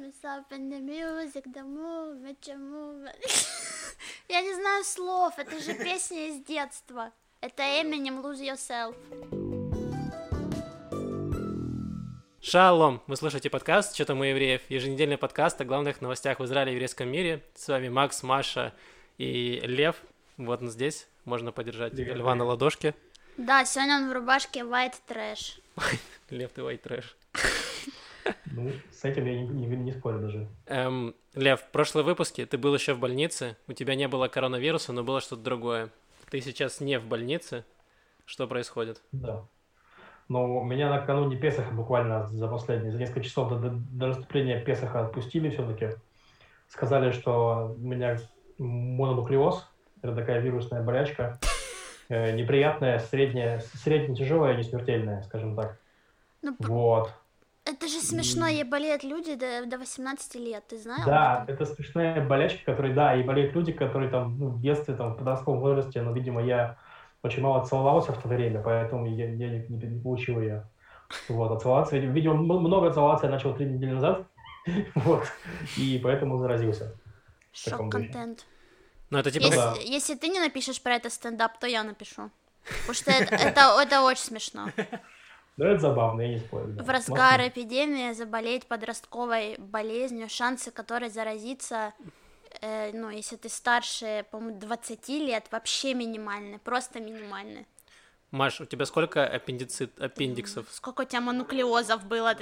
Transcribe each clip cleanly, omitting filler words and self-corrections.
Stop in the music, the movement, the movement. Я не знаю слов, это же песня из детства. Это Eminem Lose Yourself. Шалом! Вы слушаете подкаст «Чё там у евреев?» Еженедельный подкаст о главных новостях в Израиле и еврейском мире. С вами Макс, Маша и Лев. Вот он здесь. Можно подержать Льва на ладошке. Да, сегодня он в рубашке White Trash. Лев, ты white trash. Ну, с этим я не спорю даже. Лев, в прошлом выпуске ты был еще в больнице, у тебя не было коронавируса, но было что-то другое. Ты сейчас не в больнице. Что происходит? Да. Но меня накануне Песаха буквально за несколько часов до наступления Песаха отпустили все-таки. Сказали, что у меня мононуклеоз, это такая вирусная болячка, неприятная, средне-тяжелая, не смертельная, скажем так. Ну, вот. Это же смешно, ей болеют люди до 18 лет, ты знаешь? Да, это смешная болячка, которой, да, и болеют люди, которые там в детстве, там, в подростковом возрасте, но, видимо, я очень мало целовался в то время, поэтому я не получил ее. Вот, целоваться, видимо, много целоваться я начал 3 недели назад, вот, и поэтому заразился. Шок-контент. Ну, это типа... Если ты не напишешь про это стендап, то я напишу. Потому что это очень смешно. Да, это забавно, я не спорю. Да. В разгар эпидемии заболеть подростковой болезнью, шансы которой заразиться, если ты старше, по-моему, 20 лет, вообще минимальны, просто минимальны. Маш, у тебя сколько аппендиксов? Сколько у тебя монуклеозов было?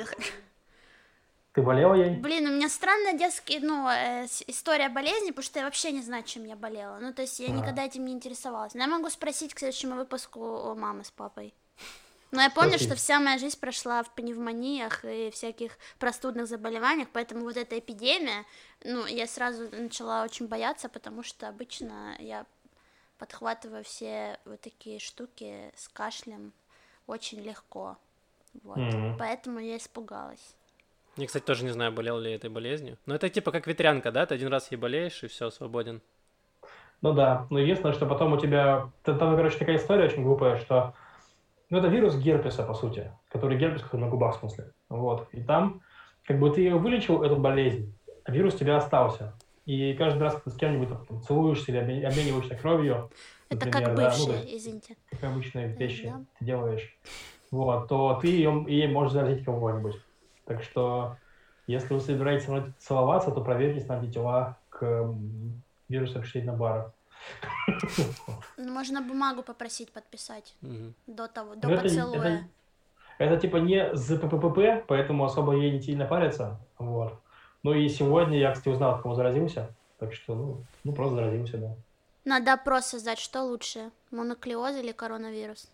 Ты болела ей? Блин, у меня странная история болезни, потому что я вообще не знаю, чем я болела. Ну, то есть я никогда этим не интересовалась. Но я могу спросить к следующему выпуску у мамы с папой. Но я помню, что вся моя жизнь прошла в пневмониях и всяких простудных заболеваниях, поэтому вот эта эпидемия, я сразу начала очень бояться, потому что обычно я подхватываю все вот такие штуки с кашлем очень легко, вот, поэтому я испугалась. Я, кстати, тоже не знаю, болел ли я этой болезнью, но это типа как ветрянка, да, ты один раз ей болеешь и все, свободен. Ну да, но единственное, что потом у тебя, там, короче, такая история очень глупая, что это вирус герпеса, по сути, который герпес как на губах, в смысле. Вот. И там, как бы ты ее вылечил, эту болезнь, а вирус у тебя остался. И каждый раз, когда ты с кем-нибудь там, целуешься или обмениваешься кровью, это например, как бывшие, извините. Как обычные вещи ты делаешь, вот, то ты ей можешь заразить кого-нибудь. Так что, если вы собираетесь со мной целоваться, то проверьте на антитела к вирусу Эпштейна-Барра. Можно бумагу попросить подписать до Но поцелуя. Это типа не ЗППП, поэтому особо ей не сильно париться. Вот. Ну и сегодня я, кстати, узнал, от кого заразился. Так что, просто заразился, да. Надо опрос создать, что лучше, монуклеоз или коронавирус?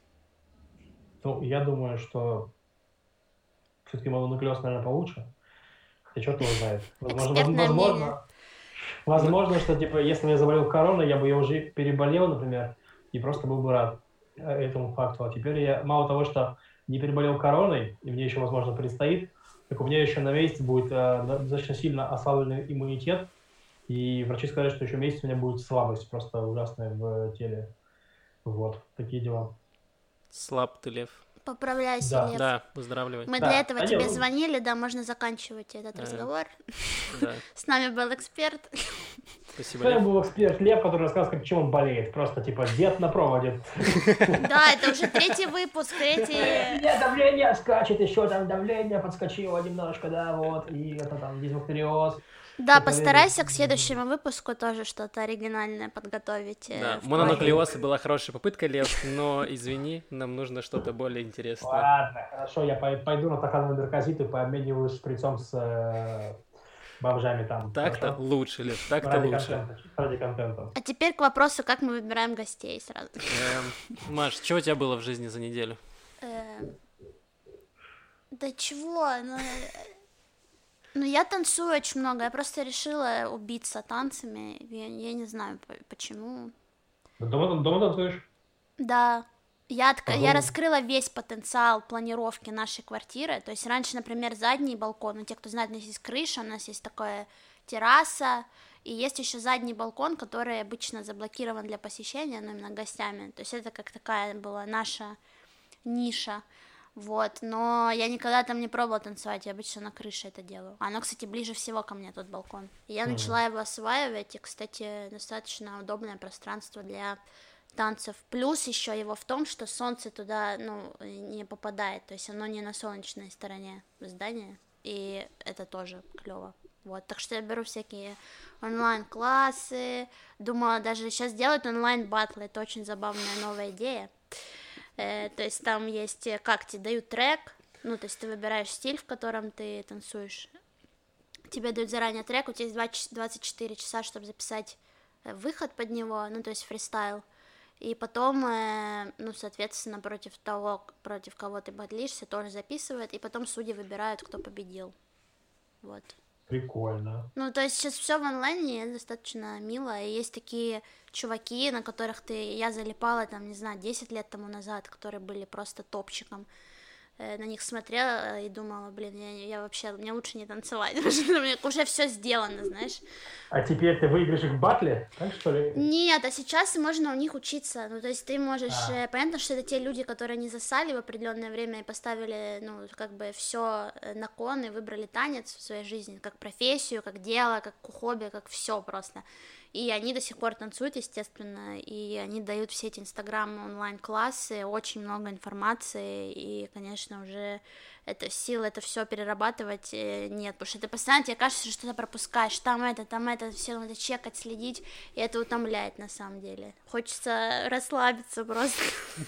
Я думаю, что все-таки мононуклеоз, наверное, получше. Хотя черт его знает. Возможно, что, типа, если бы я заболел короной, я бы ее уже переболел, например, и просто был бы рад этому факту. А теперь я, мало того, что не переболел короной, и мне еще, возможно, предстоит, так у меня еще на месяц будет достаточно сильно ослабленный иммунитет, и врачи сказали, что еще месяц у меня будет слабость просто ужасная в теле. Вот, такие дела. Слаб ты, Лев. Поправляйся, Лев. Да, выздоравливай. Мы для этого тебе звонили, да, можно заканчивать этот разговор. Да. С нами был эксперт. Спасибо, С нами Лев. был эксперт Лев, который рассказывал, чем он болеет. Просто, типа, дед на проводе. Да, это уже 3-й выпуск, 3-й... Давление скачет, еще там давление подскочило немножко, да, вот, и это там дисбактериоз. Да, постарайся к следующему выпуску тоже что-то оригинальное подготовить. Да, мононуклеоз была хорошая попытка, Лев, но извини, нам нужно что-то более интересное. Ладно, хорошо, я пойду на тахановый наркозит и пообмениваюсь шприцом с бомжами там. Так-то хорошо? лучше, Лев, так-то лучше. Ради контента. А теперь к вопросу, как мы выбираем гостей сразу. Маш, что у тебя было в жизни за неделю? Да чего, я танцую очень много, я просто решила убиться танцами, я не знаю почему. Дома танцуешь? Да, я раскрыла весь потенциал планировки нашей квартиры, то есть раньше, например, задний балкон, те, кто знает, у нас есть крыша, у нас есть такая терраса, и есть еще задний балкон, который обычно заблокирован для посещения, но именно гостями, то есть это как такая была наша ниша. Вот, но я никогда там не пробовала танцевать, я обычно на крыше это делаю. Оно, кстати, ближе всего ко мне, тот балкон. И я начала его осваивать, и, кстати, достаточно удобное пространство для танцев. Плюс еще его в том, что солнце туда, ну, не попадает, то есть оно не на солнечной стороне здания, и это тоже клево. Вот, так что я беру всякие онлайн-классы, думала даже сейчас делать онлайн-баттлы, это очень забавная новая идея. То есть там есть, как тебе дают трек, ну, то есть ты выбираешь стиль, в котором ты танцуешь, тебе дают заранее трек, у тебя есть 24 часа, чтобы записать выход под него, ну, то есть фристайл, и потом, ну, соответственно, против кого ты батлишься, тоже записывают, и потом судьи выбирают, кто победил, вот. Прикольно. Ну, то есть сейчас все в онлайне, достаточно мило, и есть такие чуваки, на которых я залипала, там, не знаю, 10 лет тому назад, которые были просто топчиком, на них смотрела и думала, блин, я вообще, мне лучше не танцевать, потому что у меня уже все сделано, знаешь. А теперь ты выиграешь их в батле, так что ли? Нет, а сейчас можно у них учиться, ну, то есть ты можешь, понятно, что это те люди, которые не засали в определенное время и поставили, ну, как бы все на кон и выбрали танец в своей жизни, как профессию, как дело, как хобби, как все просто. И они до сих пор танцуют, естественно, и они дают все эти инстаграм онлайн-классы, очень много информации, и, конечно, уже это сил это все перерабатывать нет, потому что ты постоянно, тебе кажется, что что-то пропускаешь, там это, все надо чекать, следить, и это утомляет на самом деле. Хочется расслабиться просто.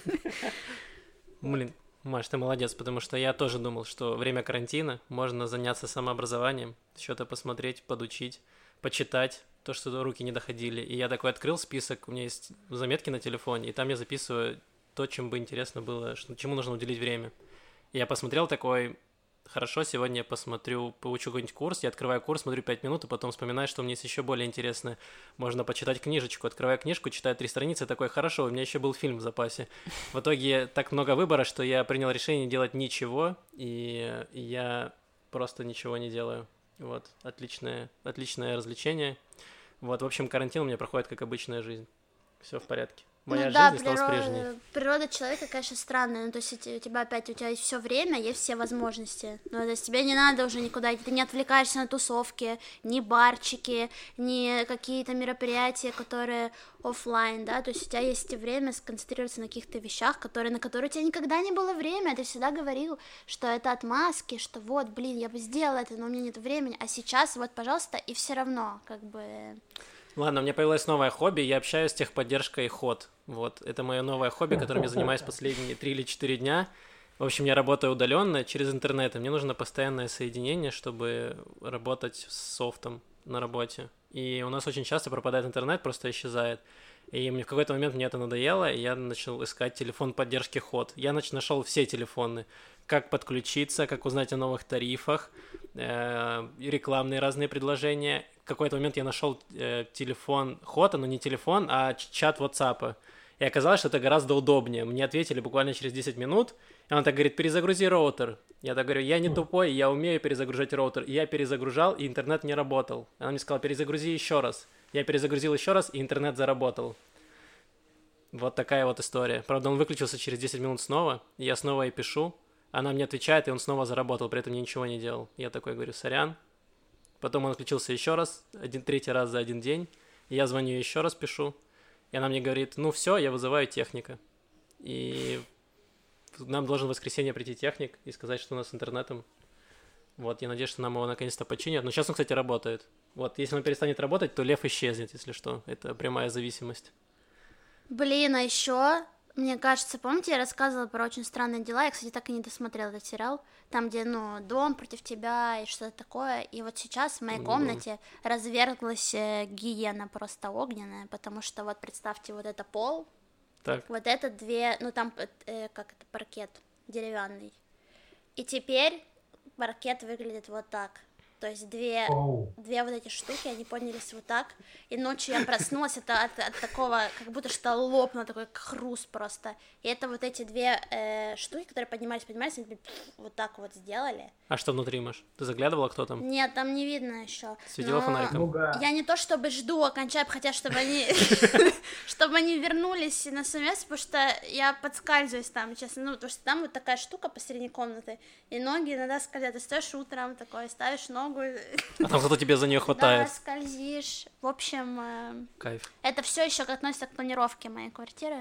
Блин, Маш, ты молодец, потому что я тоже думал, что время карантина можно заняться самообразованием, что-то посмотреть, подучить, почитать, то, что руки не доходили. И я такой открыл список, у меня есть заметки на телефоне, и там я записываю то, чем бы интересно было, чему нужно уделить время. И я посмотрел такой, хорошо, сегодня я посмотрю, поучу какой-нибудь курс, я открываю курс, смотрю 5 минут, и потом вспоминаю, что мне есть еще более интересно, можно почитать книжечку, открываю книжку, читаю 3 страницы, такой, хорошо, у меня еще был фильм в запасе. В итоге так много выбора, что я принял решение не делать ничего, и я просто ничего не делаю. Вот, отличное развлечение. Вот, в общем, карантин у меня проходит как обычная жизнь. Все в порядке. Моя Ну да, жизнь осталась прежней. природа человека, конечно, странная, ну то есть у тебя есть все время, есть все возможности, ну то есть тебе не надо уже никуда идти, ты не отвлекаешься на тусовки, ни барчики, ни какие-то мероприятия, которые оффлайн, да, то есть у тебя есть время сконцентрироваться на каких-то вещах, на которые у тебя никогда не было времени, ты всегда говорил, что это отмазки, что вот, блин, я бы сделала это, но у меня нет времени, а сейчас вот, пожалуйста, и все равно, как бы... Ладно, у меня появилось новое хобби, я общаюсь с техподдержкой ход. Вот, это мое новое хобби, которым я занимаюсь последние 3 или 4 дня. В общем, я работаю удаленно через интернет, и мне нужно постоянное соединение, чтобы работать с софтом на работе. И у нас очень часто пропадает интернет, просто исчезает. И в какой-то момент мне это надоело, и я начал искать телефон поддержки ход. Я нашел все телефоны, как подключиться, как узнать о новых тарифах, рекламные разные предложения. В какой-то момент я нашел телефон Хота, но не телефон, а чат WhatsApp. И оказалось, что это гораздо удобнее. Мне ответили буквально через 10 минут, и он так говорит, перезагрузи роутер. Я так говорю, я не тупой, я умею перезагружать роутер. И я перезагружал, и интернет не работал. Она мне сказала, перезагрузи еще раз. Я перезагрузил еще раз, и интернет заработал. Вот такая вот история. Правда, он выключился через 10 минут снова, и я снова ей пишу. Она мне отвечает, и он снова заработал, при этом я ничего не делал. Я такой говорю, сорян. Потом он отключился еще раз, третий раз за один день. И я звоню ей еще раз, пишу. И она мне говорит, ну все, я вызываю техника. И нам должен в воскресенье прийти техник и сказать, что у нас с интернетом. Вот, я надеюсь, что нам его наконец-то починят. Но сейчас он, кстати, работает. Вот, если он перестанет работать, то лев исчезнет, если что. Это прямая зависимость. Блин, а еще, мне кажется, помните, я рассказывала про «Очень странные дела», я, кстати, так и не досмотрела этот сериал, там, где, ну, дом против тебя и что-то такое, и вот сейчас в моей комнате разверглась гиена просто огненная, потому что, вот, представьте, вот это пол, так. Вот это ну, там, как это, паркет деревянный, и теперь паркет выглядит вот так. То есть две вот эти штуки, они поднялись вот так, и ночью я проснулась, это от такого, как будто что лопнуло, такой хруст просто. И это вот эти две штуки, которые поднимались, они вот так вот сделали. А что внутри, Маш? Ты заглядывала, кто там? Нет, там не видно еще. Светила фонариком? Я не то чтобы жду окончательно, хотя чтобы они чтобы они вернулись на совместно, потому что я подскальзываюсь там, честно, ну, потому что там вот такая штука посередине комнаты, и ноги иногда скользят, ты стоишь утром такой, ставишь ногу. А там кто-то тебе за нее хватает? Да, скользишь. В общем, кайф. Это все еще относится к планировке моей квартиры.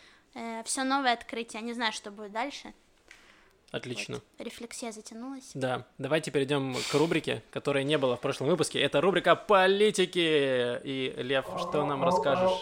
Все новое открытие. Не знаю, что будет дальше. Отлично. Вот. Рефлексия затянулась. Да, давайте перейдем к рубрике, которой не было в прошлом выпуске. Это рубрика политики. И, Лев, что нам расскажешь?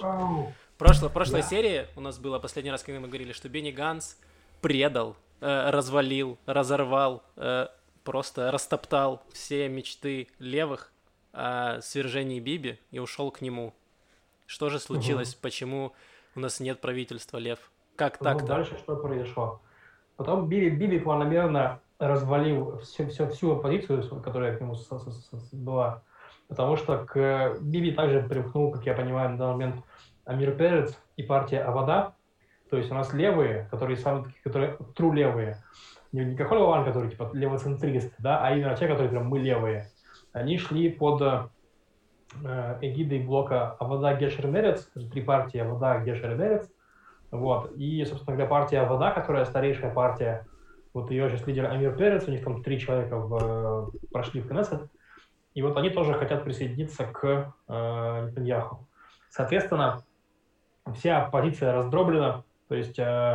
В прошлой серии у нас было последний раз, когда мы говорили, что Бенни Ганс предал, развалил, разорвал, просто растоптал все мечты левых о свержении Биби и ушел к нему. Что же случилось? Почему у нас нет правительства, Лев? Как так-то? Дальше что произошло? Потом Биби планомерно развалил всю оппозицию, которая к нему была, потому что к Биби также примкнул, как я понимаю, на данный момент Амир Перец и партия Авода. То есть у нас левые, которые true левые, не Кахоль Лаван, который типа левоцентрист, да, а именно те, которые прям мы левые. Они шли под эгидой блока Авода Гешер Мерец, три партии Авода Гешер Мерец. Вот. И, собственно говоря, партия Авода, которая старейшая партия, вот ее сейчас лидер Амир Перец, у них там 3 человека прошли в Кнессет, и вот они тоже хотят присоединиться к Нетаньяху. Соответственно, вся оппозиция раздроблена, то есть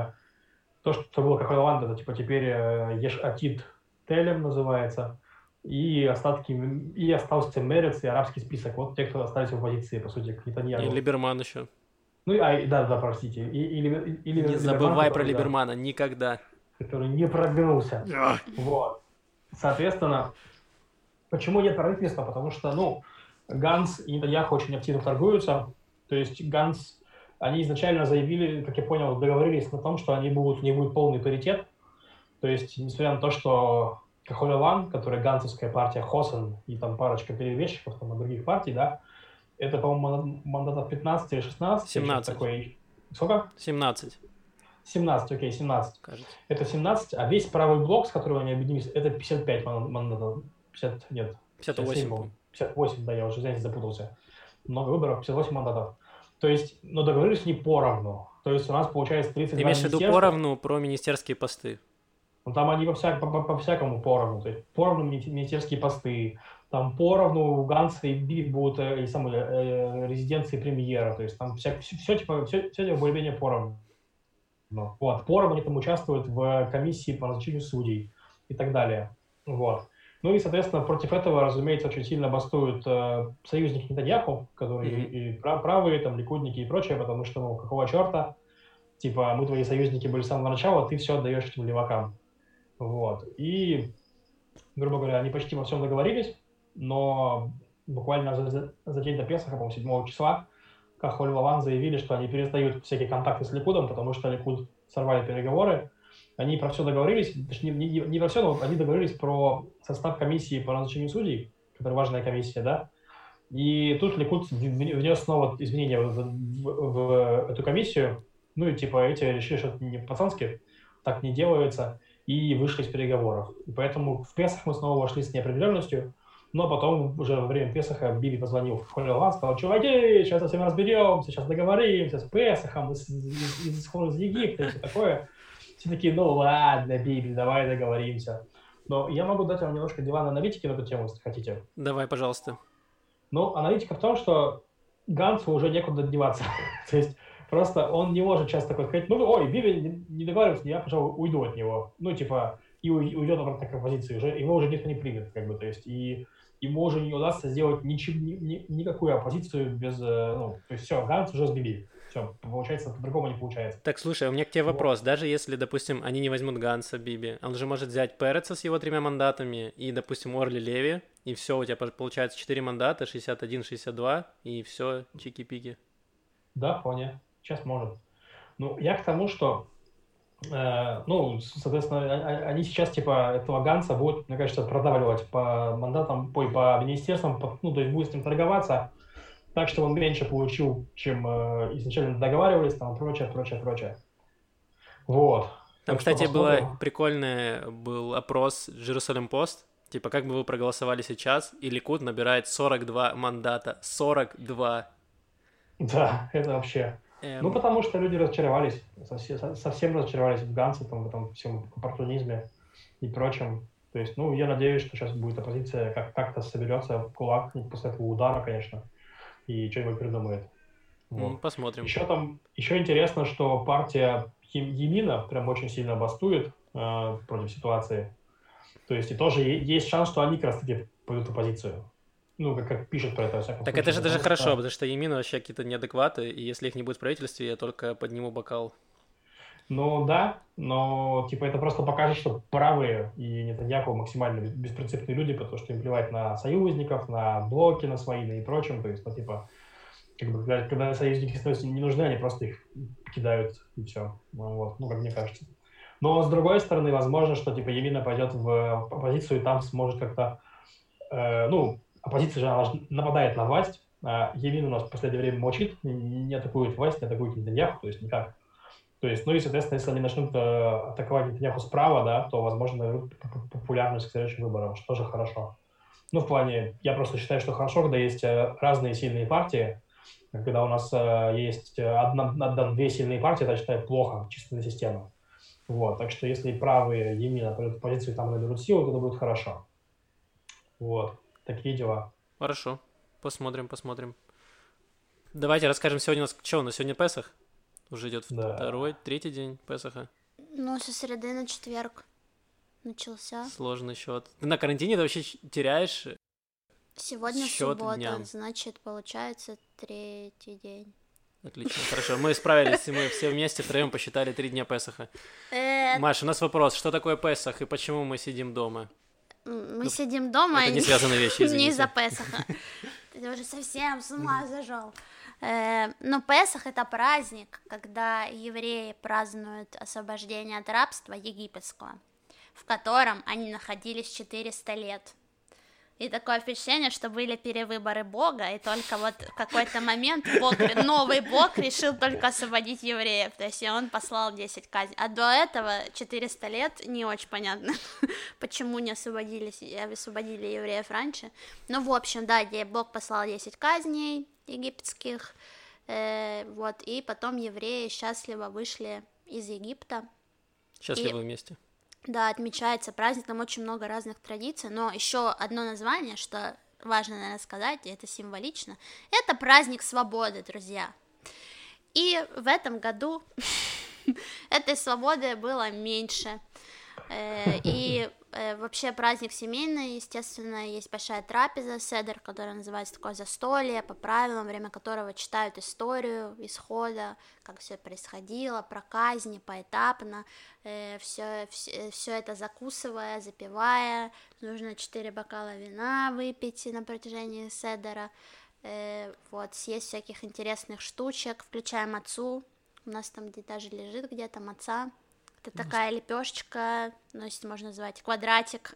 то, что было Кахоль Лаван, это типа теперь Еш Атид Телем называется, и остался Мерец и арабский список. Вот те, кто остались в оппозиции, по сути, к Нетаньяху. И Либерман еще. Ну, да, простите. Или не забывай про Либермана, никогда. Который не прогнулся. Вот. Соответственно, почему нет правительства? Потому что, Ганс и Нетаньяху очень активно торгуются. То есть Ганс, они изначально заявили, как я понял, договорились на том, что у них будет полный паритет. То есть, несмотря на то, что Кахоль Лаван, которая гансовская партия Хосен, и там парочка перевесчиков там, от других партий, да, это, по-моему, мандатов 15 или 16. 17. Такой... Сколько? 17. 17, окей, 17. Кажется. Это 17, а весь правый блок, с которым они объединились, это 55 мандатов. 50, нет. 58. 58, да, я уже, знаете, запутался. Много выборов, 58 мандатов. То есть, но договорились не поровну. То есть у нас получается 32 Ты имеешь в виду поровну про министерские посты? Ну, там они по-всякому поровну. То есть поровну министерские посты, там поровну у Ганса и Биби будут резиденции премьера. То есть там все более-менее поровну. Вот. Поровну они там участвуют в комиссии по назначению судей и так далее. Вот. Ну и, соответственно, против этого, разумеется, очень сильно бастуют союзники Нетаньяху, которые и правые, там, ликудники и прочее, потому что, какого черта, типа, мы твои союзники были с самого начала, ты все отдаешь этим левакам. Вот. И, грубо говоря, они почти во всем договорились, но буквально за день до Песаха, по-моему, 7 числа, Кахоль Лаван заявили, что они перестают всякие контакты с Ликудом, потому что Ликуд сорвали переговоры. Они про все договорились, точнее, не про все, но они договорились про состав комиссии по назначению судей, которая важная комиссия, да. И тут Ликуд внес снова изменения в эту комиссию, ну и типа эти решили, что это не по-пацански, так не делается, и вышли из переговоров. И поэтому в Песах мы снова вошли с неопределенностью, но потом уже во время Песаха Биби позвонил в Кахоль Лаван, сказал: чуваки, сейчас со всем разберемся, сейчас договоримся с Песахом, из Египта и все такое. Все такие: ну ладно, Биби, давай договоримся. Но я могу дать вам немножко диванной аналитики на эту тему, если хотите. Давай, пожалуйста. Ну, аналитика в том, что Гансу уже некуда деваться. То есть просто он не может часто такой сказать: ну, ой, Биби не договаривается, я, пожалуй, уйду от него. Ну, типа, и уйдет обратно к оппозиции. Его уже никто не примет, как бы, то есть, и ему уже не удастся сделать никакую оппозицию без, то есть все, Ганс уже с Биби. Все, получается, по-другому не получается. Так, слушай, у меня к тебе вопрос. Даже если, допустим, они не возьмут Ганса, Биби, он же может взять Переца с его 3 мандатами и, допустим, Орли Леви, и все, у тебя получается 4 мандата, 61, 62, и все, чики-пики. Да, вполне. Сейчас может. Ну, я к тому, что Ну, соответственно, они сейчас, типа, этого Ганса будут, мне кажется, продавливать по мандатам, по министерствам, ну, то есть будет с ним торговаться так, что он меньше получил, чем изначально договаривались, там, прочее, прочее, прочее. Вот. Там, Так что кстати, посмотрим. был опрос Jerusalem Post, типа, как бы вы проголосовали сейчас, и Ликуд набирает 42 мандата. 42. Да, это вообще. Ну, Эм, потому что люди разочаровались, совсем разочаровались в Гансе, там, в этом всем оппортунизме и прочем. То есть, ну, я надеюсь, что сейчас будет оппозиция как-то соберется в кулак после этого удара, конечно, и что-нибудь придумает. Вот. Посмотрим. Еще интересно, что партия Емина прям очень сильно бастует против ситуации. То есть и тоже есть шанс, что они как раз таки пойдут в оппозицию. Ну, как пишут про это, во всяком Так это случае, же даже потому хорошо, что, потому что Емин вообще какие-то неадекваты, и если их не будет в правительстве, я только подниму бокал. ну да, но типа это просто покажет, что правые и Нетаньяху максимально беспринципные люди, потому что им плевать на союзников, на блоки, на свои, и прочем. То есть, ну, типа, как бы, когда союзники становятся не нужны, они просто их кидают, и все. Ну, вот, ну, как мне кажется. Но, с другой стороны, возможно, что, типа, Емина пойдет в оппозицию и там сможет как-то... ну, оппозиция же, она же нападает на власть, а Емин у нас в последнее время молчит, не атакует власть, не атакует Нетаньяху, то есть никак. То есть, ну и, соответственно, если они начнут атаковать Нетаньяху справа, да, то, возможно, наберут популярность к следующим выборам, что тоже хорошо. Ну, в плане, я просто считаю, что хорошо, когда есть разные сильные партии. Когда у нас есть две сильные партии, это, считаю, плохо, чисто для системы. Вот, так что если правые Емина пойдут в позицию, там наберут силу, то это будет хорошо. Вот, такие дела. Хорошо. Посмотрим, посмотрим. Давайте расскажем сегодня у нас... Что у нас сегодня Песах? Уже идет Да. второй, третий день Песаха. Ну, со среды на четверг начался. Сложный счет. Ты на карантине ты вообще теряешь Сегодня счет суббота, дням. значит, получается третий день. Отлично, хорошо. Мы справились, и мы все вместе втроем посчитали 3 дня Песаха. Э, Маш, у нас вопрос, что такое Песах и почему мы сидим дома? Мы Ну, сидим дома это не связанные вещи, не из-за извините. Песаха. Ты уже совсем с ума зашел. Но Песах — это праздник, когда евреи празднуют освобождение от рабства египетского, в котором они находились 400 лет. И такое впечатление, что были перевыборы Бога, и только вот в какой-то момент новый Бог решил только освободить евреев, то есть и он послал 10 казней. А до этого 400 лет не очень понятно, почему не освободили евреев раньше. Ну, в общем, да, Бог послал 10 казней египетских, вот, и потом евреи счастливо вышли из Египта. Счастливы вместе. Да, отмечается праздник, там очень много разных традиций, но еще одно название, что важно, наверное, сказать, и это символично, это праздник свободы, друзья. И в этом году этой свободы было меньше. И вообще праздник семейный, естественно, есть большая трапеза, седер, которая называется такое застолье, по правилам, во время которого читают историю исхода, как все происходило, про казни поэтапно, все это закусывая, запивая, нужно 4 бокала вина выпить на протяжении седера, вот, съесть всяких интересных штучек, включая мацу, у нас там даже лежит где-то маца. Это такая лепешечка, ну, если можно назвать, квадратик,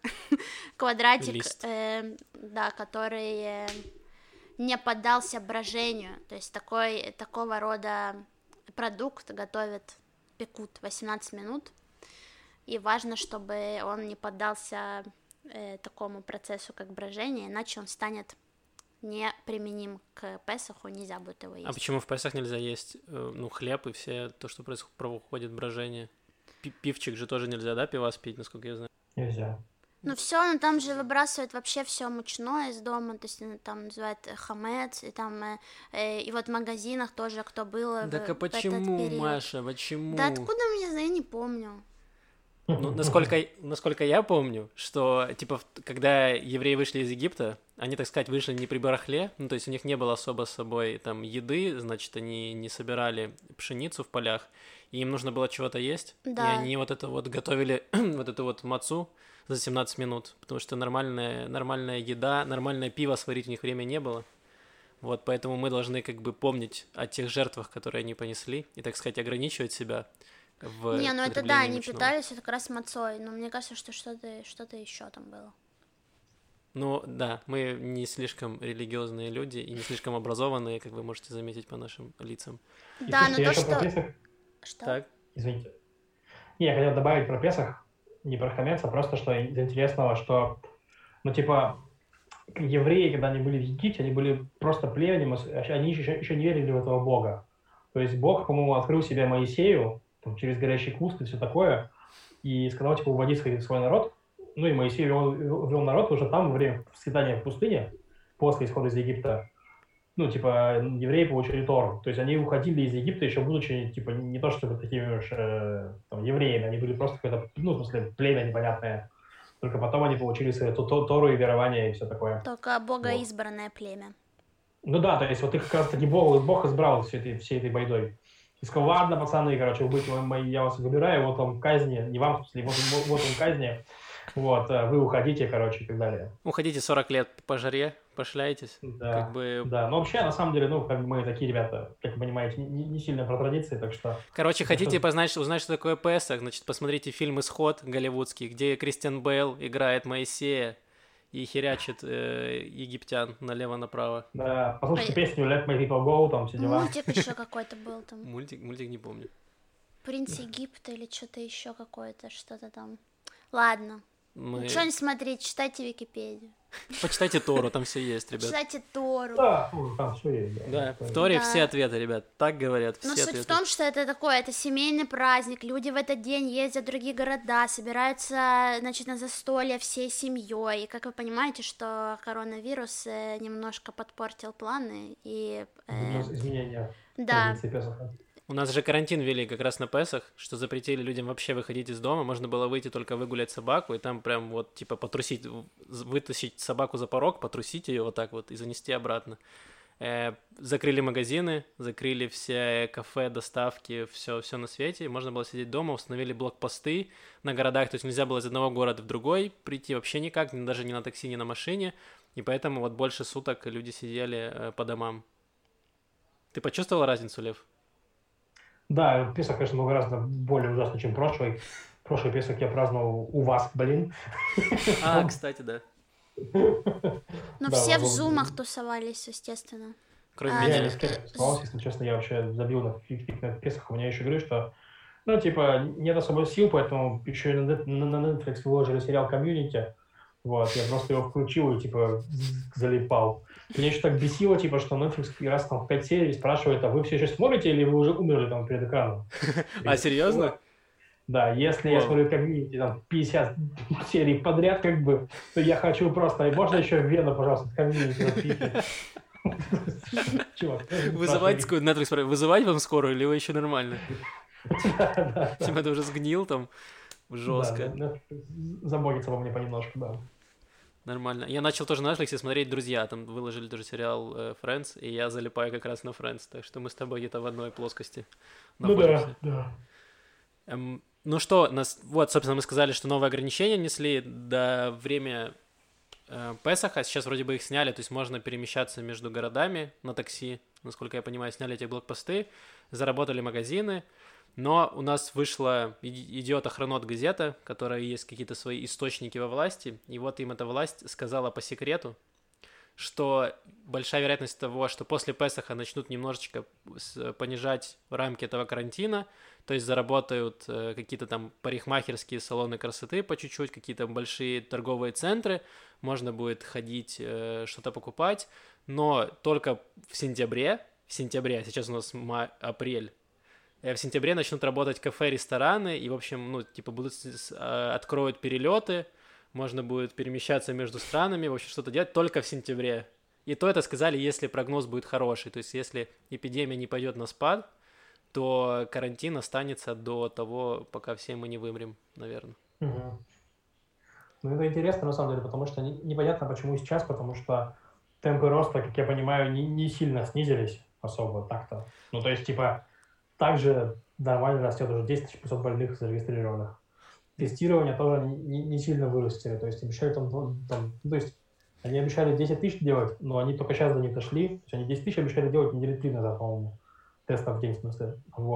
да, который не поддался брожению, то есть такого рода продукт пекут 18 минут, и важно, чтобы он не поддался такому процессу, как брожение, иначе он станет неприменим к Песаху, нельзя будет его есть. А почему в Песах нельзя есть, хлеб и все то, что происходит брожение? Пивчик же тоже нельзя, да, пивас пить, насколько я знаю? Нельзя. Ну все, но там же выбрасывают вообще все мучное из дома, то есть там называют хамец, и там, и вот в магазинах тоже, кто был Так в а почему, этот период. Маша, почему? Да откуда мне знать, я не помню. Ну, насколько я помню, что, типа, когда евреи вышли из Египта, они, так сказать, вышли не при барахле, ну, то есть у них не было особо с собой, там, еды, значит, они не собирали пшеницу в полях, и им нужно было чего-то есть, Да. и они вот это вот готовили, вот эту вот мацу за 17 минут, потому что нормальная еда, нормальное пиво сварить у них времени не было. Вот, поэтому мы должны как бы помнить о тех жертвах, которые они понесли, и, так сказать, ограничивать себя в Не, ну это да, потреблении они мучного. питались как раз мацой, но мне кажется, что что-то еще там было. Ну да, мы не слишком религиозные люди и не слишком образованные, как вы можете заметить по нашим лицам. И Да, но слушайте, я то, еще про что... Песах, Что? Так, извините. Не, я хотел добавить про Песах, не про хамец, а просто что из интересного, что, ну, типа, евреи, когда они были в Египте, они были просто племенем, они еще не верили в этого Бога. То есть Бог, по-моему, открыл себя Моисею там, через горящий куст и все такое, и сказал, типа, уводи свой народ. Ну и Моисей вел народ уже там, во время скитания в пустыне, после исхода из Египта. Ну, типа, евреи получили Тору. То есть они уходили из Египта, еще будучи, типа, не то чтобы такими уж там, евреями, они были просто какое-то, ну, в смысле, племя непонятное. Только потом они получили свою Тору и верование и все такое. Только Вот. богоизбранное племя. Ну да, то есть вот их как раз таки Бог избрал всей этой байдой. И сказал, ладно, пацаны, короче, вы будете мои, я вас выбираю, вот вам казни, не вам, в смысле, вот вам казни, вот, вы уходите, короче, и так далее. уходите 40 лет по жаре, пошляетесь. Да, Как бы... да, но вообще, на самом деле, ну, как бы мы такие ребята, как вы понимаете, не сильно про традиции, так что... Короче, хотите узнать, что такое Песах, значит, посмотрите фильм «Исход» голливудский, где Кристиан Бейл играет Моисея и херячит египтян налево-направо. Да, послушайте песню Let My People Go, там все дела. Мультик еще какой-то был там. Мультик не помню. Принц Египта или что-то еще какое-то, что-то там. Ладно. Мы... Что не смотреть, читайте Википедию. Почитайте Тору, там все есть, ребят. Читайте Тору. Да, там все есть. Да, в Торе Да. все ответы, ребят. Так говорят, все Но суть ответы. в том, что это такое, это семейный праздник, люди в этот день ездят в другие города, собираются, значит, на застолье всей семьей. И как вы понимаете, что коронавирус немножко подпортил планы и... Внес изменения да. традиции Песаха. У нас же карантин ввели как раз на Песах, что запретили людям вообще выходить из дома, можно было выйти только выгулять собаку, и там прям вот типа потрусить, вытащить собаку за порог, потрусить ее вот так вот и занести обратно. Закрыли магазины, закрыли все кафе, доставки, все на свете, можно было сидеть дома, установили блокпосты на городах, то есть нельзя было из одного города в другой прийти вообще никак, даже ни на такси, ни на машине, и поэтому вот больше суток люди сидели по домам. Ты почувствовал разницу, Лев? Да, Песах, конечно, много раз более ужасно, чем прошлый. Прошлый Песах я праздновал у вас, блин. Кстати, да. Ну, все в зумах тусовались, естественно. Кроме Я меня. ни с кем не тусовался, если честно, я вообще забил на фиг на Песах. У меня еще говорю, что, ну, типа, нет особо сил, поэтому еще и на Netflix выложили сериал «Комьюнити». Вот, я просто его включил и, типа, залипал. Меня еще так бесило, типа, что Netflix раз там в 5 серий спрашивает, а вы все еще смотрите или вы уже умерли там перед экраном? Серьезно? Да, если я смотрю «Комьюнити» там 50 серий подряд, как бы, то я хочу просто, можно еще Вену, пожалуйста, «Комьюнити» запихать? Чувак, Вызывать Netflix, вызывать вам скорую, или вы еще нормально? Типа ты уже сгнил там жестко. Заботится обо мне понемножку, да. Нормально. Я начал тоже на Netflix смотреть «Друзья», там выложили тоже сериал Friends, и я залипаю как раз на Friends, так что мы с тобой где-то в одной плоскости находимся. Ну да, да. Ну что, вот, собственно, мы сказали, что новые ограничения внесли до время Песаха, сейчас вроде бы их сняли, то есть можно перемещаться между городами на такси, насколько я понимаю, сняли эти блокпосты, заработали магазины, но у нас вышла, идет охранот газета, которая есть какие-то свои источники во власти, и вот им эта власть сказала по секрету, что большая вероятность того, что после Песаха начнут немножечко понижать рамки этого карантина, то есть заработают какие-то там парикмахерские салоны красоты по чуть-чуть, какие-то большие торговые центры, можно будет ходить, что-то покупать, но только в сентябре, сейчас у нас апрель, в сентябре начнут работать кафе, рестораны, и, в общем, ну, типа, откроют перелеты, можно будет перемещаться между странами, в общем, что-то делать только в сентябре. И то это сказали, если прогноз будет хороший, то есть если эпидемия не пойдет на спад, то карантин останется до того, пока все мы не вымрем, наверное. Угу. Ну, это интересно, на самом деле, потому что непонятно, почему сейчас, потому что темпы роста, как я понимаю, не сильно снизились особо так-то. Ну, то есть, типа, также нормально растет уже 10 500 больных зарегистрированных. Тестирование тоже не сильно вырастили, то есть обещали там, ну, то есть они обещали 10 тысяч делать, но они только сейчас до них дошли, то есть они 10 тысяч обещали делать недели 3 назад, по-моему, тестов в день, в смысле, вот.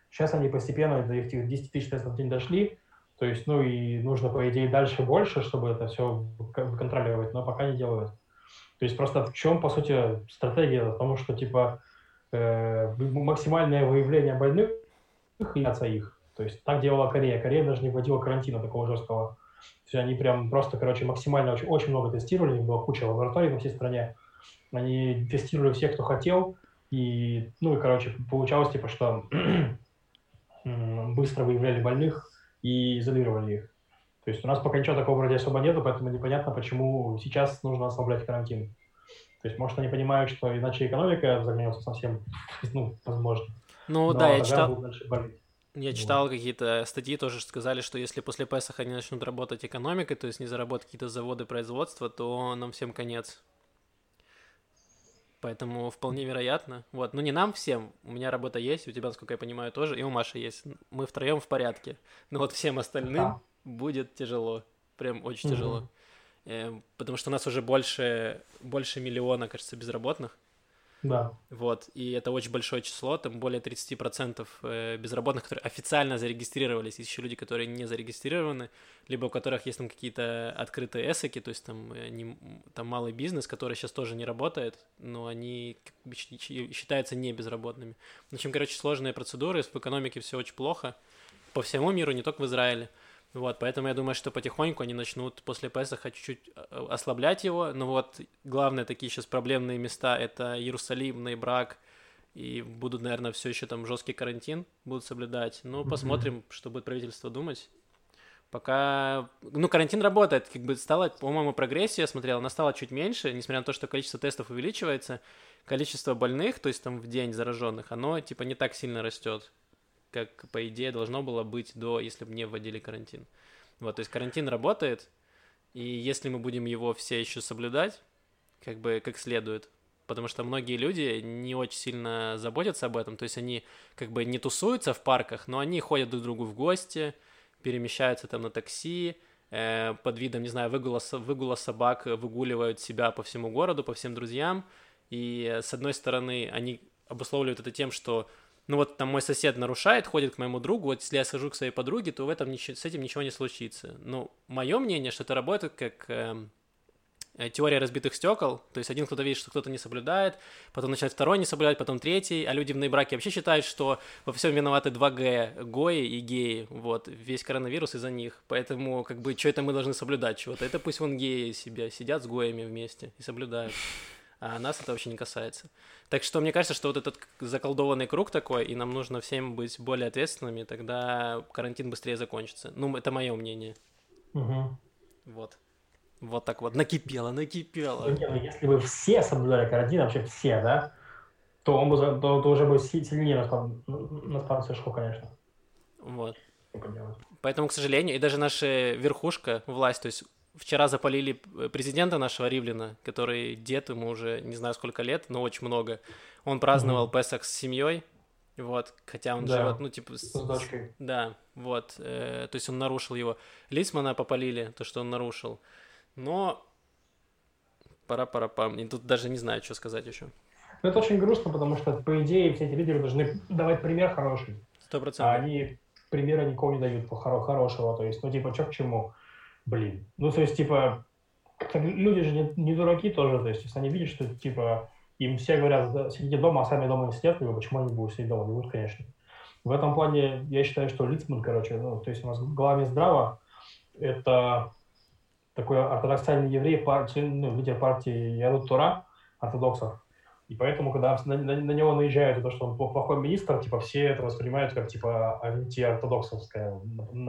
Сейчас они постепенно до этих 10 тысяч тестов в день дошли, то есть, ну и нужно, по идее, дальше больше, чтобы это все контролировать, но пока не делают. То есть просто в чем, по сути, стратегия? В том, что, типа, максимальное выявление больных и их. То есть так делала Корея. Корея даже не вводила карантина такого жесткого. То есть они прям просто, короче, максимально очень много тестировали, у них была куча лабораторий по всей стране. Они тестировали всех, кто хотел, и, ну и, короче, получалось, типа, что быстро выявляли больных и изолировали их. То есть у нас пока ничего такого вроде особо нету, поэтому непонятно, почему сейчас нужно ослаблять карантин. То есть, может, они понимают, что иначе экономика загнется совсем, ну, возможно. Ну Но да, я тогда будут дальше болеть. Я читал какие-то статьи, тоже сказали, что если после Песаха они начнут работать экономикой, то есть не заработать какие-то заводы производства, то нам всем конец. Поэтому вполне вероятно. Вот, ну не нам всем, у меня работа есть, у тебя, насколько я понимаю, тоже, и у Маши есть. Мы втроем в порядке. Но вот всем остальным будет тяжело. Прям очень тяжело. Потому что у нас уже больше миллиона, кажется, безработных. Да. Вот, и это очень большое число, там более 30% безработных, которые официально зарегистрировались, есть еще люди, которые не зарегистрированы, либо у которых есть там какие-то открытые эсэки, то есть там, там малый бизнес, который сейчас тоже не работает, но они считаются не безработными. В общем, короче, сложные процедуры, в экономике все очень плохо, по всему миру, не только в Израиле. Вот, поэтому я думаю, что потихоньку они начнут после Песаха чуть-чуть ослаблять его, но вот главные такие сейчас проблемные места — это Иерусалим, Нейбрак, и будут, наверное, все еще там жесткий карантин будут соблюдать. Ну, посмотрим, что будет правительство думать. Пока, ну, карантин работает, как бы стала, по-моему, прогрессия, я смотрел, она стала чуть меньше, несмотря на то, что количество тестов увеличивается, количество больных, то есть там в день зараженных, оно типа не так сильно растет, как, по идее, должно было быть если бы не вводили карантин. Вот, то есть карантин работает, и если мы будем его все еще соблюдать, как бы как следует, потому что многие люди не очень сильно заботятся об этом, то есть они как бы не тусуются в парках, но они ходят друг к другу в гости, перемещаются там на такси, под видом, не знаю, выгула собак, выгуливают себя по всему городу, по всем друзьям, и с одной стороны они обусловливают это тем, что ну вот там мой сосед нарушает, ходит к моему другу, вот если я схожу к своей подруге, то с этим ничего не случится. Ну, мое мнение, что это работает как теория разбитых стекол, то есть один кто-то видит, что кто-то не соблюдает, потом начинает второй не соблюдать, потом третий, а люди в нейбраке вообще считают, что во всем виноваты 2Г, гои и геи, вот, весь коронавирус из-за них, поэтому как бы что это мы должны соблюдать чего-то, это пусть вон геи себя сидят с гоями вместе и соблюдают. А нас это вообще не касается. Так что мне кажется, что вот этот заколдованный круг такой, и нам нужно всем быть более ответственными, тогда карантин быстрее закончится. Ну, это мое мнение. Угу. Вот. Вот так вот. Накипело. Ну, если бы все соблюдали карантин, вообще все, да, то уже бы сильнее наспался шоу, конечно. Вот. Поэтому, к сожалению, и даже наша верхушка, власть, то есть вчера запалили президента нашего Ривлина, который дед, ему уже не знаю сколько лет, но очень много. Он праздновал Песах с семьей, вот, хотя он живет, ну, типа... С дочкой. Да, вот, то есть он нарушил его. Лисмана попалили, то, что он нарушил. Но пара-пара-пам, и тут даже не знаю, что сказать еще. Ну, это очень грустно, потому что, по идее, все эти лидеры должны давать пример хороший. 100%. А они примера никого не дают хорошего, то есть, ну, типа, что к чему? Блин. Ну, то есть, типа, люди же не дураки тоже, то есть, если они видят, что, типа, им все говорят, сидите дома, а сами дома не сидят, либо почему они будут сидеть дома? Не будут, конечно. В этом плане я считаю, что Лицман, короче, ну, то есть у нас в голове здраво, это такой ортодоксальный еврей, лидер партии Ядут Тора, ортодоксов. И поэтому, когда на него наезжают, то, что он плохой министр, типа, все это воспринимают как, типа, антиортодоксовское,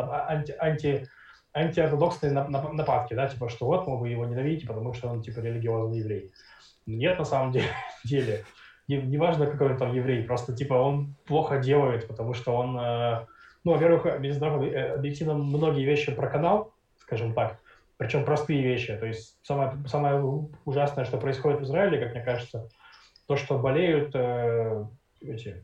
антиортодоксные нападки, да, типа, что вот, вы его ненавидите, потому что он, типа, религиозный еврей. Нет, на самом деле. Неважно, какой он там еврей, просто, типа, он плохо делает, потому что он, ну, во-первых, объективно многие вещи проканал, скажем так, причем простые вещи. То есть самое ужасное, что происходит в Израиле, как мне кажется, то, что болеют люди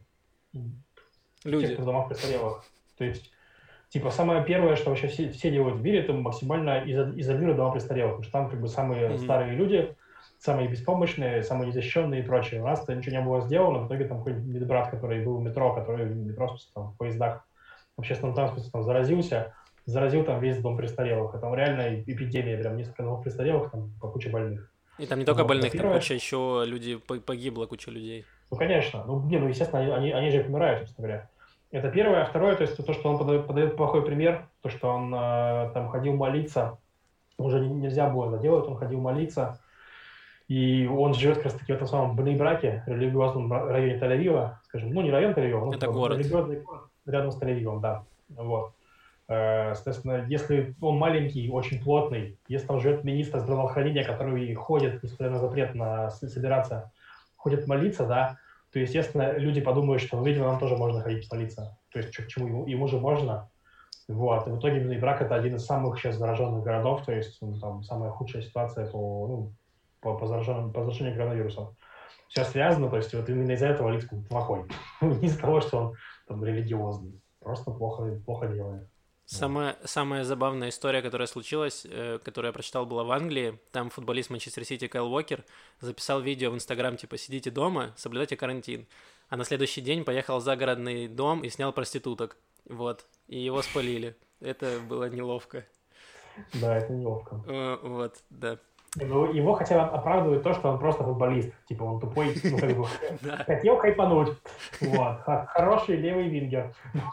те, кто в домах престарелых. То есть, типа, самое первое, что вообще все делают в мире, это максимально изолируют дома престарелых, потому что там как бы самые старые люди, самые беспомощные, самые незащищенные и прочее. У нас-то ничего не было сделано, в итоге там какой-нибудь медбрат, который был в метро, который в метро, там, в поездах, в общественном транспорте там заразил там весь дом престарелых. И там реально эпидемия, прям несколько домов престарелых, там по куче больных. И там не только Вот, больных, там первое... куча еще людей, погибло куча людей. Ну, конечно. Ну, естественно, они же помирают, собственно говоря. Это первое. А второе, то есть то, что он подает плохой пример, то, что он там ходил молиться, уже нельзя было это делать, он ходил молиться, и он живет как раз-таки в этом самом Бней-Браке, религиозном районе Тель-Авива, скажем, ну, не район Тель-Авива, но это город. Религиозный город рядом с Тель-Авивом, да. Вот. Соответственно, если он маленький, очень плотный, если там живет министр здравоохранения, который ходит, несмотря на запрет на собираться, ходит молиться, да, то, естественно, люди подумают, что, видимо, нам тоже можно ходить молиться. То есть, к чему ему же можно. Вот. И в итоге Бней-Брак — это один из самых сейчас зараженных городов, то есть там самая худшая ситуация по заражению коронавирусом. Все связано, то есть вот именно из-за этого Липск плохой. Не из-за того, что он там религиозный. Просто плохо делает. Самая забавная история, которая случилась, которую я прочитал, была в Англии. Там футболист Манчестер Сити Кайл Уокер записал видео в Инстаграм, типа, сидите дома, соблюдайте карантин. А на следующий день поехал в загородный дом и снял проституток. Вот. И его спалили. Это было неловко. Да, это неловко. Вот, да. Ну, его хотя бы оправдывает то, что он просто футболист. Типа он тупой, ну, как бы, хотел хайпануть. Вот. Хороший левый вингер.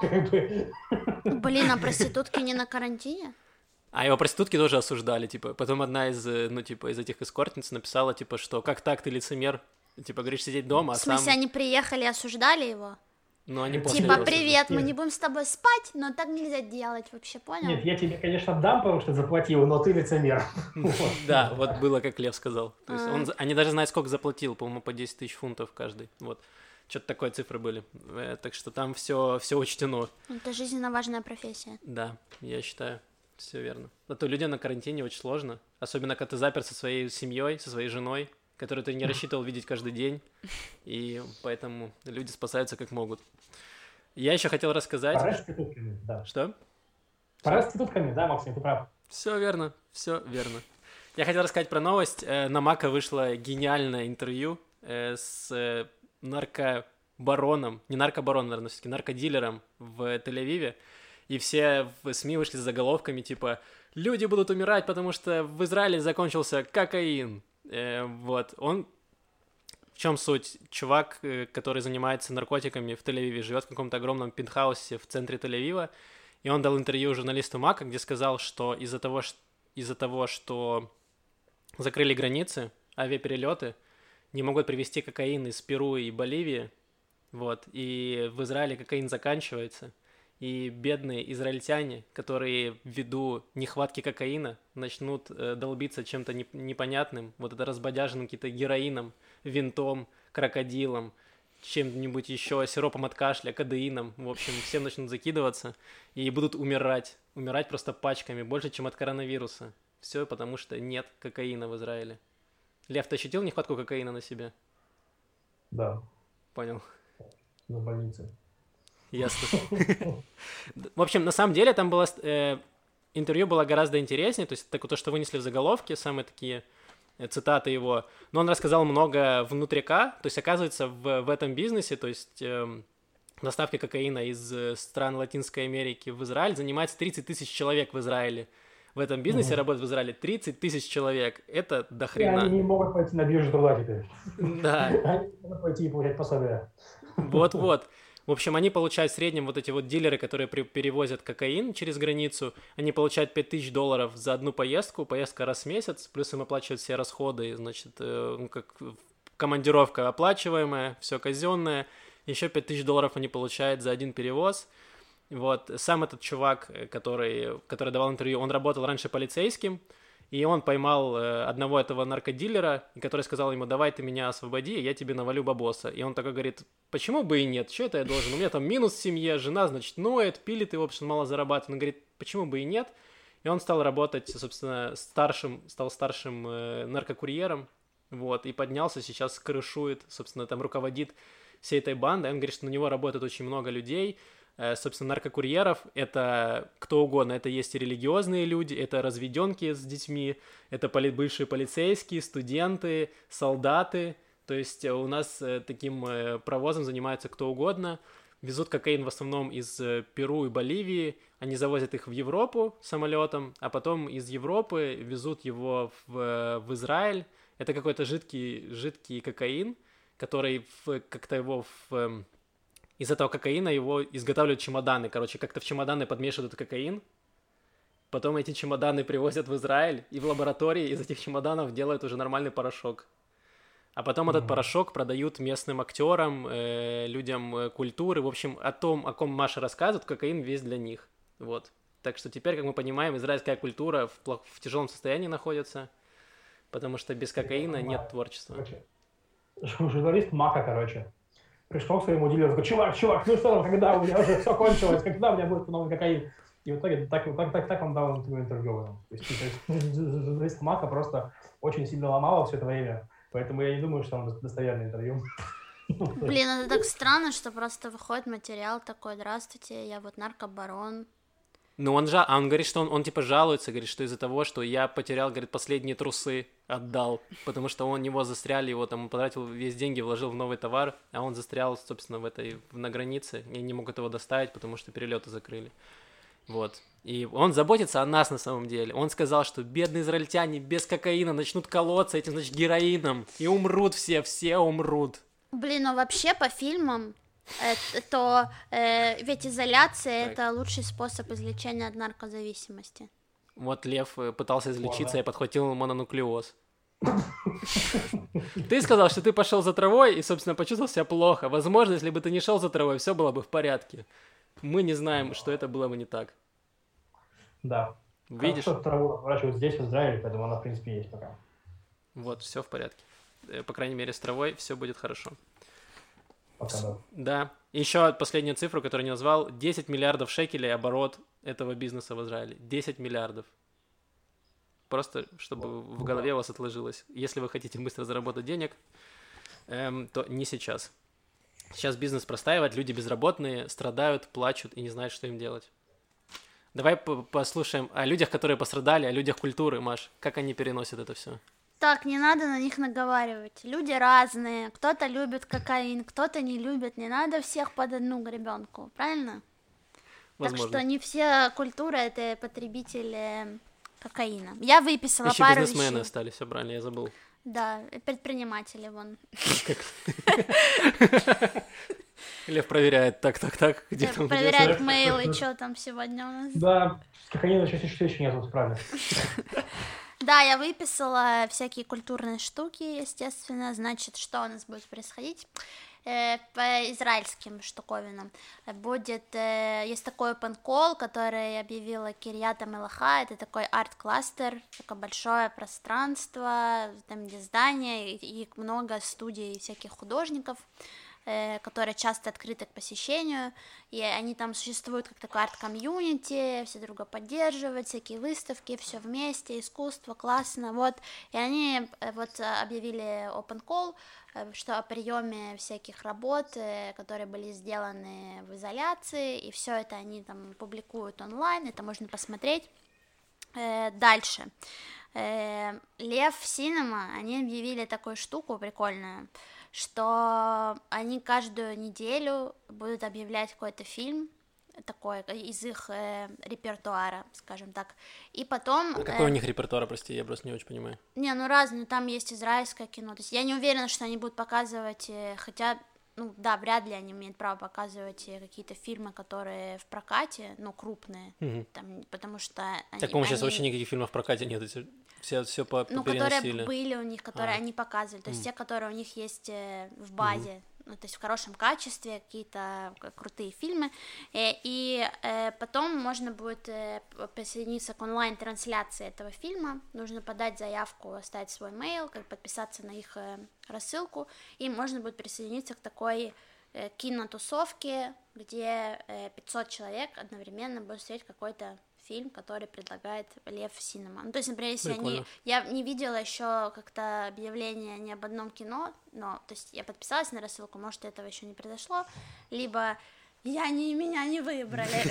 Блин, а проститутки не на карантине? А его проститутки тоже осуждали, типа. Потом одна из, из этих эскортниц написала, типа, что как так, ты лицемер? Типа, говоришь, сидеть дома, а сам... В смысле, они приехали и осуждали его? Но они после типа, этого привет, мы не будем с тобой спать, но так нельзя делать, вообще, понял? Нет, я тебе, конечно, дам, потому что заплатил, но ты лицемер. Да, вот было, как Лев сказал. То есть они даже знают, сколько заплатил, по-моему, по 10 тысяч фунтов каждый. Вот. Что-то такой цифры были. Так что там все учтено. Это жизненно важная профессия. Да, я считаю, все верно. А то людям на карантине очень сложно. Особенно, когда ты заперт со своей семьей, со своей женой, которую ты не рассчитывал видеть каждый день. И поэтому люди спасаются как могут. Я еще хотел рассказать... По проститутками, да. Что? По проститутками, да, Максим, ты прав. Все верно, все верно. Я хотел рассказать про новость. На Мака вышло гениальное интервью с наркобароном, не наркобароном, наверное, все-таки наркодилером в Тель-Авиве. И все в СМИ вышли с заголовками типа «Люди будут умирать, потому что в Израиле закончился кокаин». Вот, он... В чем суть? Чувак, который занимается наркотиками в Тель-Авиве, живет в каком-то огромном пентхаусе в центре Тель-Авива, и он дал интервью журналисту Мака, где сказал, что из-за того, что закрыли границы, авиаперелеты, не могут привезти кокаин из Перу и Боливии, вот, и в Израиле кокаин заканчивается, и бедные израильтяне, которые ввиду нехватки кокаина начнут долбиться чем-то непонятным, вот это разбодяженным каким-то героином, винтом, крокодилом, чем-нибудь еще, сиропом от кашля, кодеином, в общем, всем начнут закидываться и будут умирать просто пачками, больше, чем от коронавируса. Все потому, что нет кокаина в Израиле. Лев, ты ощутил нехватку кокаина на себе? Да. Понял. На больнице. Ясно. В общем, на самом деле там было интервью было гораздо интереснее, то есть то, что вынесли в заголовке, самые такие цитаты его, но он рассказал много внутрика, то есть, оказывается, в этом бизнесе, то есть доставки кокаина из стран Латинской Америки в Израиль занимается 30 тысяч человек в Израиле. В этом бизнесе работает в Израиле 30 тысяч человек. Это дохрена. И они не могут пойти на биржу труда теперь. Да. Они могут пойти и получать пособие. Вот-вот. В общем, они получают в среднем, вот эти вот дилеры, которые перевозят кокаин через границу, они получают $5000 за одну поездку, поездка раз в месяц, плюс им оплачивают все расходы, значит, как командировка оплачиваемая, все казенное, еще $5000 они получают за один перевоз. Вот, сам этот чувак, который давал интервью, он работал раньше полицейским, и он поймал одного этого наркодилера, который сказал ему: давай ты меня освободи, я тебе навалю бабоса. И он такой говорит: почему бы и нет, что это я должен? У меня там минус в семье, жена, значит, ноет, пилит, и, в общем, мало зарабатывает. Он говорит: почему бы и нет? И он стал работать, собственно, стал старшим наркокурьером, вот, и поднялся, сейчас крышует, собственно, там руководит всей этой бандой. Он говорит, что на него работает очень много людей, собственно, наркокурьеров. Это кто угодно. Это есть и религиозные люди, это разведенки с детьми, это бывшие полицейские, студенты, солдаты. То есть у нас таким провозом занимается кто угодно. Везут кокаин в основном из Перу и Боливии, они завозят их в Европу самолетом, а потом из Европы везут его в Израиль. Это какой-то жидкий кокаин, который как-то его из этого кокаина его изготавливают чемоданы. Короче, как-то в чемоданы подмешивают этот кокаин, потом эти чемоданы привозят в Израиль, и в лаборатории из этих чемоданов делают уже нормальный порошок. А потом этот порошок продают местным актерам, людям культуры. В общем, о ком Маша рассказывает, кокаин весь для них. Вот. Так что теперь, как мы понимаем, израильская культура в тяжелом состоянии находится, потому что без кокаина нет творчества. Журналист Мака, пришел к своему дилеру, говорит: чувак, ну что там, когда у меня уже все кончилось, когда у меня будет новый кокаин? И в итоге так он дал интервью. То есть журналист Мака просто очень сильно ломала все это время. Поэтому я не думаю, что он достоверное интервью. Блин, это так странно, что просто выходит материал такой: здравствуйте, я вот наркобарон. Ну, он говорит, что он типа жалуется, говорит, что из-за того, что я потерял, говорит, последние трусы отдал, потому что у него застряли, он потратил весь деньги, вложил в новый товар, а он застрял, собственно, на границе, и не могут его доставить, потому что перелеты закрыли. Вот. И он заботится о нас на самом деле. Он сказал, что бедные израильтяне без кокаина начнут колоться этим, значит, героином, и умрут все умрут. Блин, ну вообще по фильмам, ведь изоляция — это лучший способ излечения от наркозависимости. Вот Лев пытался излечиться и подхватил мононуклеоз. Ты сказал, что ты пошел за травой и, собственно, почувствовал себя плохо. Возможно, если бы ты не шел за травой, все было бы в порядке. Мы не знаем, что это было бы не так. Да. Видишь? Хорошо, траву выращивают здесь, в Израиле, поэтому она, в принципе, есть пока. Вот, все в порядке. По крайней мере, с травой все будет хорошо. Пока, да. Да. Еще последнюю цифру, которую не назвал. 10 миллиардов шекелей оборот этого бизнеса в Израиле. 10 миллиардов. Просто, чтобы в голове у вас отложилось. Если вы хотите быстро заработать денег, то не сейчас. Сейчас бизнес простаивает, люди безработные, страдают, плачут и не знают, что им делать. Давай послушаем о людях, которые пострадали, о людях культуры, Маш. Как они переносят это все? Так, не надо на них наговаривать. Люди разные. Кто-то любит кокаин, кто-то не любит. Не надо всех под одну гребенку, правильно? Возможно. Так что не все культуры — это потребители кокаина. Я выписала еще пару бизнесмены вещей. остались, все правильно, я забыл. Да, предприниматели вон. Лев проверяет, так, где там... Проверяет мейлы, что там сегодня у нас. Да, кокаина еще нету, правильно. Да, я выписала всякие культурные штуки, естественно. Значит, что у нас будет происходить? По израильским штуковинам есть такой open call, который объявила Кирьята Мелаха. Это такой арт-кластер, такое большое пространство, там где здания и много студий всяких художников, которые часто открыты к посещению, и они там существуют как такой арт-комьюнити, все друга поддерживают, всякие выставки, все вместе, искусство, классно, вот, и они вот объявили open call, что о приеме всяких работ, которые были сделаны в изоляции, и все это они там публикуют онлайн, это можно посмотреть. Дальше. Лев Синема, они объявили такую штуку прикольную, что они каждую неделю будут объявлять какой-то фильм такой из их репертуара, скажем так, и потом... А какой у них репертуар, прости, я просто не очень понимаю. Не, ну разные, там есть израильское кино, то есть я не уверена, что они будут показывать, хотя... Ну да, вряд ли они имеют право показывать какие-то фильмы, которые в прокате, ну, крупные, там, потому что... Так, по-моему, сейчас вообще никаких фильмов в прокате нет, все переносили. Ну, которые были у них, которые они показывали, то есть те, которые у них есть в базе, ну, то есть в хорошем качестве, какие-то крутые фильмы, и потом можно будет присоединиться к онлайн-трансляции этого фильма, нужно подать заявку, оставить свой мейл, подписаться на их рассылку, и можно будет присоединиться к такой кинотусовке, где 500 человек одновременно будут смотреть какой-то фильм, который предлагает Лев Синема. Ну, то есть, например, если я не видела еще как-то объявление ни об одном кино, но, то есть, я подписалась на рассылку, может, этого еще не произошло, либо Меня не выбрали.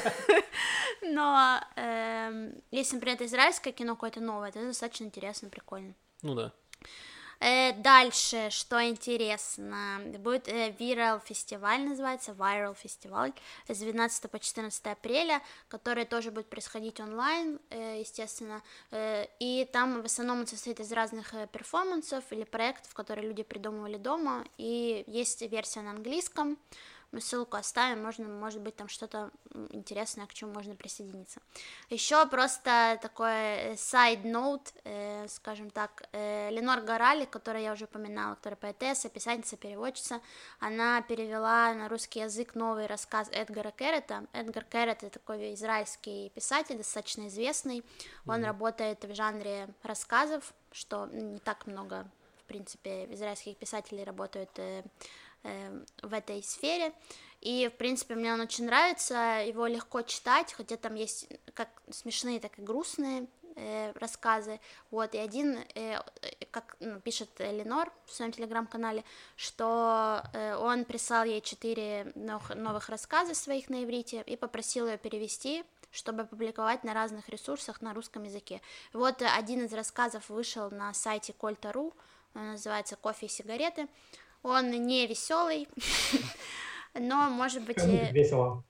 Но если, например, это израильское кино какое-то новое, это достаточно интересно, прикольно. Ну да. Дальше, что интересно, будет Viral фестиваль, называется, Viral фестиваль, с 12 по 14 апреля, который тоже будет происходить онлайн, естественно, и там в основном он состоит из разных перформансов или проектов, которые люди придумывали дома, и есть версия на английском, мы ссылку оставим, может быть, там что-то интересное, к чему можно присоединиться. Еще просто такой side note, скажем так, Ленор Горали, которую я уже упоминала, которая поэтесса, писательница, переводчица, она перевела на русский язык новый рассказ Эдгара Керрета. Эдгар Керрет — это такой израильский писатель, достаточно известный, он работает в жанре рассказов, что не так много, в принципе, израильских писателей работают в этой сфере, и, в принципе, мне он очень нравится, его легко читать, хотя там есть как смешные, так и грустные рассказы, вот, и один, как пишет Ленор в своем телеграм-канале, что он прислал ей 4 новых рассказа своих на иврите и попросил ее перевести, чтобы опубликовать на разных ресурсах на русском языке. Вот один из рассказов вышел на сайте Кольта.ру, он называется «Кофе и сигареты». Он не веселый, но, может быть, весело.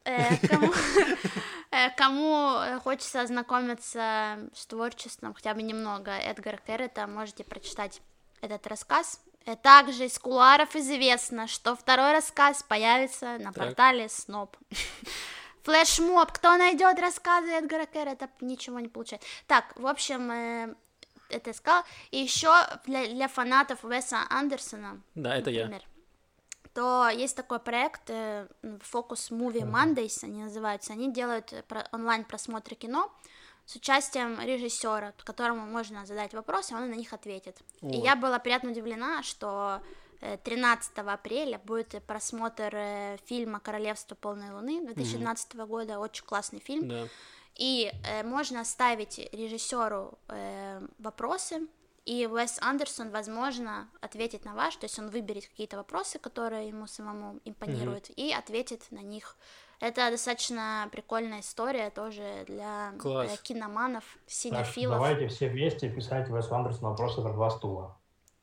Кому хочется ознакомиться с творчеством хотя бы немного Эдгара Керрета, можете прочитать этот рассказ. Также из кулуаров известно, что второй рассказ появится на портале Сноб. Флешмоб, кто найдет рассказы Эдгара Керрета, ничего не получает. Так, в общем, это я сказала. И еще для фанатов Уэса Андерсона, да, это например, то есть такой проект Focus Movie Mondays, они называются. Они делают онлайн-просмотры кино с участием режиссера, которому можно задать вопросы, он на них ответит. И я была приятно удивлена, что 13 апреля будет просмотр фильма «Королевство полной луны» 2012 года, очень классный фильм. Да. И можно ставить режиссеру вопросы, и Уэс Андерсон, возможно, ответит на ваш, то есть он выберет какие-то вопросы, которые ему самому импонируют, и ответит на них. Это достаточно прикольная история тоже для киноманов, синефилов. Так, давайте все вместе писать Уэсу Андерсону вопросы про 2 стула.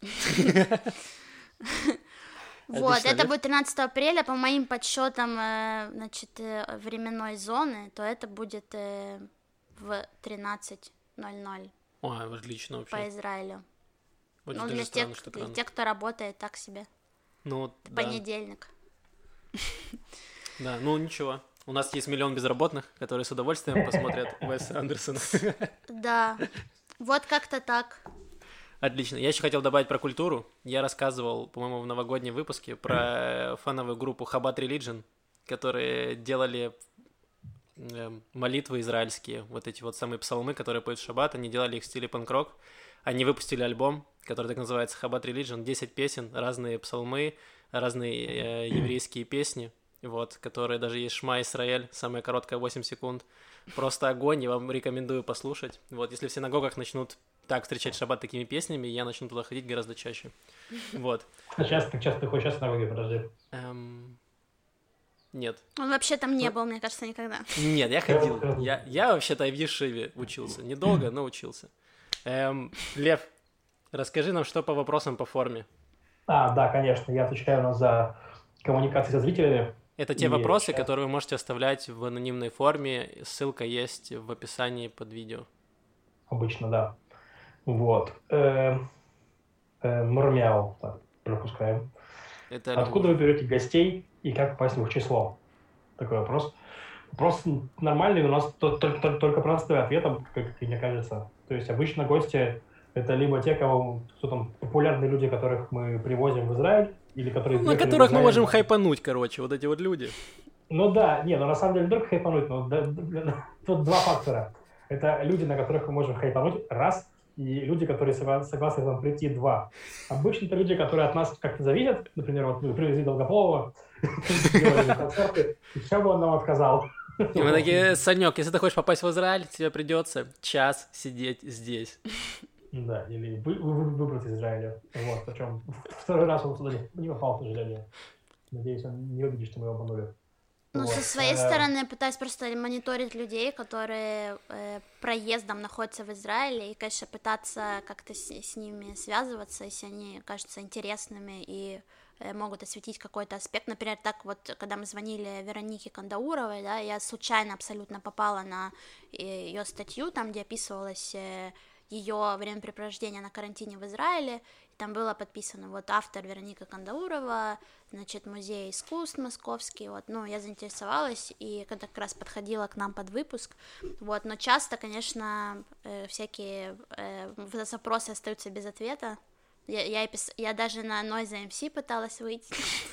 Вот, это будет 13 апреля, по моим подсчетам, значит, временной зоны, то это будет в 13:00. Ой, отлично вообще. По Израилю. Очень для тех, кто работает, так себе. Ну, понедельник. Да, ну ничего. У нас есть миллион безработных, которые с удовольствием посмотрят Уэса Андерсона. Да, вот как-то так. Отлично. Я еще хотел добавить про культуру. Я рассказывал, по-моему, в новогоднем выпуске про фановую группу Chabad Religion, которые делали молитвы израильские, вот эти вот самые псалмы, которые поют в шаббат, они делали их в стиле панк-рок. Они выпустили альбом, который так называется Chabad Religion, 10 песен, разные псалмы, разные еврейские песни, вот, которые даже есть Шма Исраэль, самая короткая 8 секунд. Просто огонь, я вам рекомендую послушать. Вот, если в синагогах начнут так встречать шаббат такими песнями, я начну туда ходить гораздо чаще. Вот. А часто ты ходишь в синагоге, подожди? Нет. Он вообще там не был, мне кажется, никогда. Нет, я ходил. Я вообще-то в Ешиве учился. Недолго, но учился. Лев, расскажи нам, что по вопросам по форме. Да, конечно. Я отвечаю у нас за коммуникации со зрителями. Это те вопросы, которые вы можете оставлять в анонимной форме. Ссылка есть в описании под видео. Обычно, да. Вот. Мурмяу. Так, пропускаем. Откуда вы берете гостей и как попасть в их число? Такой вопрос. Вопрос нормальный, у нас только простой ответ, как мне кажется. То есть обычно гости — это либо те, кто там популярные люди, которых мы привозим в Израиль, или которые... На которых мы можем хайпануть, короче, вот эти вот люди. Ну да, но на самом деле не только хайпануть, но тут 2 фактора. Это люди, на которых мы можем хайпануть, раз, и люди, которые согласны к нам прийти, 2. Обычно это люди, которые от нас как-то зависят. Например, вот мы привезли Долгополова, делали концерты, и все бы он нам отказал. И мы такие: Санек, если ты хочешь попасть в Израиль, тебе придется час сидеть здесь. Да, или выбрать из Израиля. Вот, причем второй раз он туда не попал, к сожалению. Надеюсь, он не увидит, что мы его обманули. Ну, со Вот. своей стороны, пытаюсь просто мониторить людей, которые проездом находятся в Израиле, и, конечно, пытаться как-то с ними связываться, если они кажутся интересными и могут осветить какой-то аспект. Например, так вот, когда мы звонили Веронике Кандауровой, да, я случайно абсолютно попала на ее статью, там, где описывалось ее времяпрепровождение на карантине в Израиле, и там было подписано, вот, автор Вероника Кандаурова, значит, музей искусств московский, вот, ну, я заинтересовалась, и когда как раз подходила к нам под выпуск, вот, но часто, конечно, всякие запросы остаются без ответа, я даже на Noise MC пыталась выйти,